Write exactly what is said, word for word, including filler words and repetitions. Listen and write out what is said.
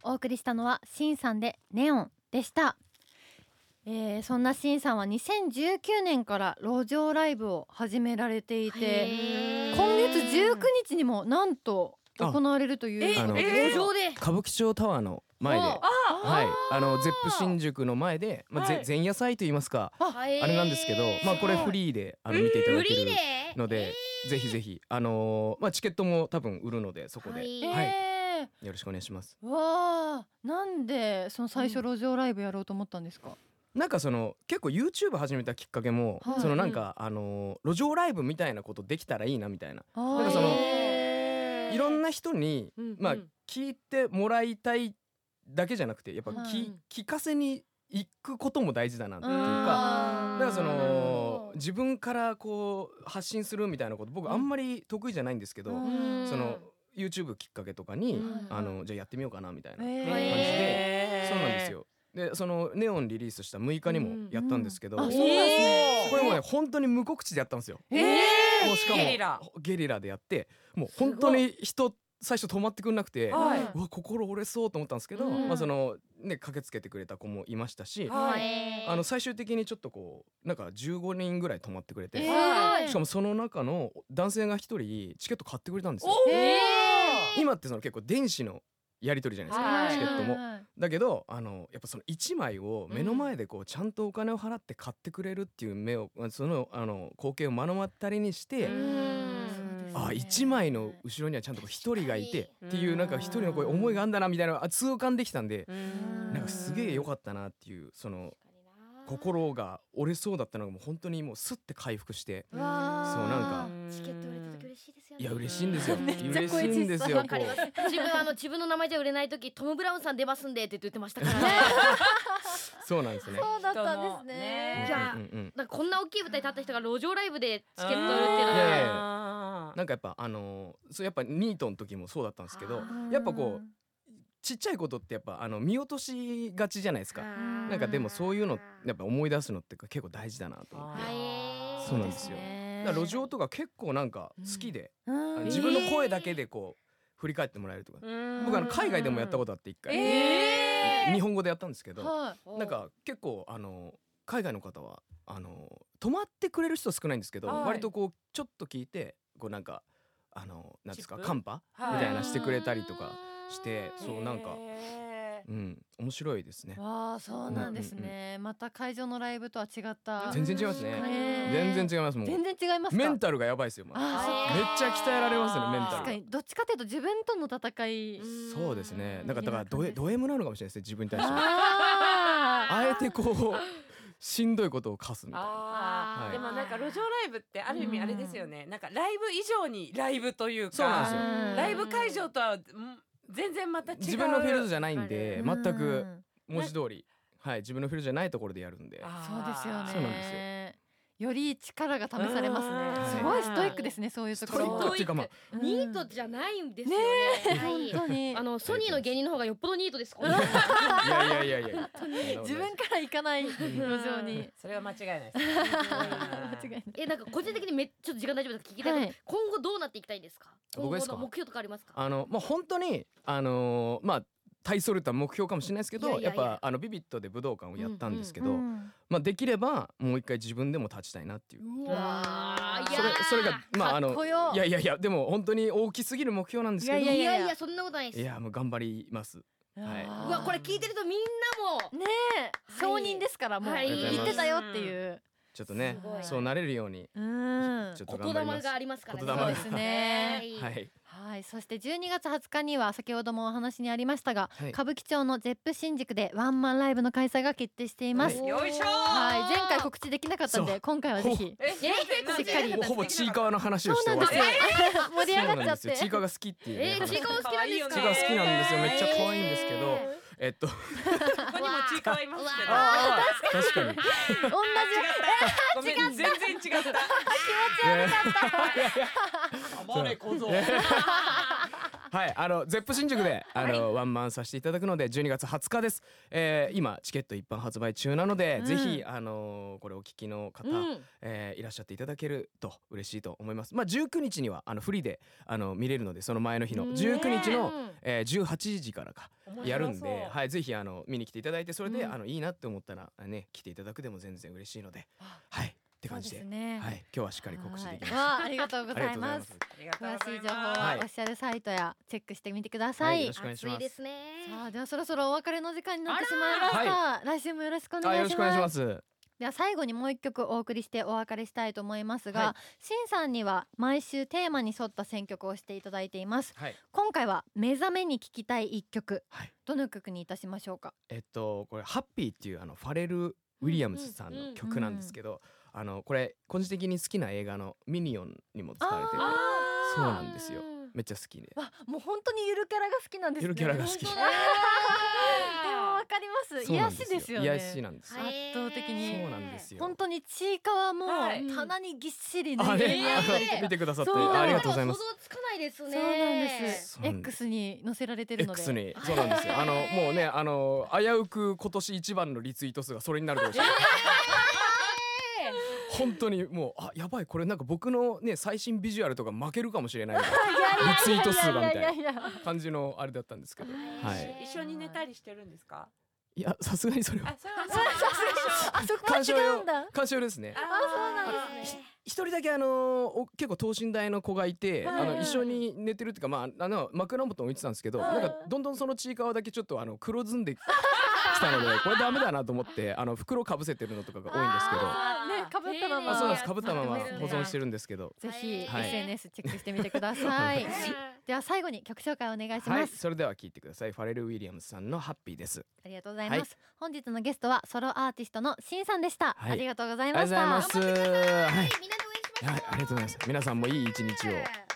お送りしたのはシンさんでネオンでした。えー、そんなシンさんはにせんじゅうきゅうねんから路上ライブを始められていて、今月じゅうくにちにもなんと行われるというあの路上で歌舞伎町タワーの前で、はい、あのゼップ新宿の前で、まあ、ぜ前夜祭と言いますか、あれなんですけど、まあこれフリーであの見ていただけるので、ぜひぜひあのー、まあチケットも多分売るのでそこで、はい、よろしくお願いします。 わあ、なんでその最初路上ライブやろうと思ったんですか？ なんかその結構 YouTube 始めたきっかけも、はい、そのなんか、うん、あの路上ライブみたいなことできたらいいなみたいな、なんかそのいろんな人に、うんうん、まあ聞いてもらいたいだけじゃなくてやっぱ、うん、聞かせに行くことも大事だなっていうか、だからその自分からこう発信するみたいなこと僕あんまり得意じゃないんですけど、うん、その YouTube きっかけとかに、うん、あのじゃあやってみようかなみたいな感じで、そうなんですよ。でそのネオンリリースしたむいかにもやったんですけど、うんうん、これもね本当に無告知でやったんですよ。えー、もうしかもゲリラゲリラでやって、もう本当に人最初止まってくんなくて、はい、うわ心折れそうと思ったんですけど、うん、まあそのね駆けつけてくれた子もいましたし、はい、あの最終的にちょっとこうなんかじゅうごにんぐらい止まってくれて、えー、しかもその中の男性が一人チケット買ってくれたんですよ。えー、今ってその結構電子のやり取りじゃないですか、チケットも。だけどあのやっぱそのいちまいを目の前でこうちゃんとお金を払って買ってくれるっていう目をそのあの光景を目の当たりにして、あいちまいの後ろにはちゃんとひとりがいてっていうなんかひとりのこう思いがあんだなみたいな痛感できたんで、なんかすげえ良かったなっていう、その心が折れそうだったのがもう本当にもうスッて回復して、そうなんかチケット売れた時嬉しいですよね。 いや嬉しいんですよ嬉しいんですよ。こう自分あの自分の名前じゃ売れない時トム・ブラウンさん出ますんでって言ってましたからね。 そうなんですね。 そうだったんですね。 いや、なんかこんな大きい舞台立った人が路上ライブでチケット売るっていうのは、 なんかやっぱあのそうやっぱニートの時もそうだったんですけど、やっぱこうちっちゃいことってやっぱあの見落としがちじゃないですか。なんかでもそういうのやっぱ思い出すのって結構大事だなと思って。そうなんですよ。だから路上とか結構なんか好きで、うん、自分の声だけでこう振り返ってもらえるとか、僕あの海外でもやったことあって一回、えー、日本語でやったんですけど、はい、なんか結構あの海外の方はあの止まってくれる人少ないんですけど、はい、割とこうちょっと聞いてこうなんかあのなんですかカンパみたいなしてくれたりとかして、そうなんか。うん、面白いですね。 わあ、そうなんですね、うんうん、また会場のライブとは違った全然違いますね。全然違います。もう全然違いますか。 メンタルがやばいですよ。まあ、めっちゃ鍛えられますねメンタル。 確かにどっちかというと自分との戦い。 そうですね。なんかだからド M, ド M なのかもしれないですね、自分に対して。あ, あえてこうしんどいことを課すみたいな。 はい、でもなんか路上ライブってある意味あれですよね、うん、なんかライブ以上にライブというか、 そうなんですよ。 ライブ会場とは全然また違う、 自分のフィールドじゃないんで全く文字通り、はい、自分のフィールドじゃないところでやるんで。 そうですよね。 そうなんですよ。 より力が試されますね。すごいストイックですね、そういうところ。 ストイックっていうか、まあ、 ニートじゃないんですよね。 本当にあのソニーの芸人の方がよっぽどニートです。 いやいやいやいや。 自分から行かない路上に。 それは間違いないです。 間違いない。 え、なんか個人的にめちょっと時間大丈夫ですか、聞きたい。今後どうなっていきたいですか。 僕ですか。 目標とかありますか。 あのまあ本当にあのまあ大それた目標かもしれないですけど、やっぱあのビビットで武道館をやったんですけど、まあできればもう一回自分でも立ちたいなっていう。 うわー、 それそれがまああのいやいやいやでも本当に大きすぎる目標なんですけど、 いやいやいやそんなことないです。 いやもう頑張ります。はい。 うわ、これ聞いてるとみんなもねえ承認ですから、もう言ってたよっていう。 ちょっとね、そうなれるように、 うん、 ちょっと頑張ります。 言霊がありますからね。 そうですね。 はい。 はい、そしてじゅうにがつはつかには先ほどもお話にありましたが、はい、歌舞伎町のゼップ新宿でワンマンライブの開催が決定しています。 はい、よいしょー。 はい、前回告知できなかったんで今回はぜひしっかり。 ほぼちいかわの話をして終わって。 盛り上がっちゃって。 ちいかわが好きっていう、ね。 えー、ちいかわ好きなんですか。 ちいかわ好きなんですよ。めっちゃ可愛いんですけど。えっとここにもちいかわいますけど。 確かに。 同じ。 ごめん、全然違った。気持ち悪かった。 暴れ小僧。 はい、あのゼップ新宿であの、はい、ワンマンさせていただくのでじゅうにがつはつかです、えー、今チケット一般発売中なので、うん、ぜひあのー、これお聞きの方、うん、えー、いらっしゃっていただけると嬉しいと思います。まあじゅうくにちにはあのフリーであの見れるので、その前の日のじゅうくにちの、えー、じゅうはちじからかやるんで、はい、ぜひあの見に来ていただいて、それで、うん、あのいいなって思ったらね来ていただくでも全然嬉しいので、はいって感じで、ね、はい、今日はしっかり告知できました。 ありがとうございます。詳しい情報はオフィシャルサイトやチェックしてみてください。はい、よろしくお願いします。暑いですね。さあではそろそろお別れの時間になってしまいました。はい、来週もよろしくお願いします。よろしくお願いします。では最後にもう一曲お送りしてお別れしたいと思いますが、はい、しんさんには毎週テーマに沿った選曲をしていただいています。はい、今回は目覚めに聴きたい一曲、はい、どの曲にいたしましょうか。 えっとこれハッピーっていうあのファレル・ウィリアムスさんの曲なんですけど、あのこれ個人的に好きな映画のミニオンにも使われてる。そうなんですよ。めっちゃ好きで。 あ、もう本当にゆるキャラが好きなんですね。 ゆるキャラが好き。でもわかります。癒しですよね。 癒しなんです。 圧倒的に。 そうなんですよ。 本当にちいかわも棚にぎっしりね。 見てくださってありがとうございます。 想像つかないですね。 そうなんです。X に載せられてるので。 X に。そうなんですよ。あのもうね、あの危うく今年一番のリツイート数がそれになるかもしれない。本当にもうあやばい、これなんか僕のね最新ビジュアルとか負けるかもしれないリツイート数がみたいな感じのあれだったんですけど、はい。 一緒に寝たりしてるんですか。 いやさすがにそれは。 あそこは違うんだ。 鑑賞用ですね。 あそうなんですね。 一人だけあの結構等身大の子がいて、あの一緒に寝てるっていうか、まああの枕元置いてたんですけど、なんかどんどんそのちいかわだけちょっとあの黒ずんできたので、これダメだなと思ってあの袋かぶせてるのとかが多いんですけど。 ね、かぶったまま。 あ、そうなんです。かぶったまま保存してるんですけど。 ぜひ エスエヌエス チェックしてみてください。では最後に曲紹介お願いします。はい、 それでは聴いてください。ファレル・ウィリアムスさんのハッピーです。 ありがとうございます。はい、本日のゲストはソロアーティストのしんさんでした。はい、ありがとうございました。 ありがとうございます。 はい、みんなで応援しましょう。 はい、ありがとうございます。皆さんもいい一日を。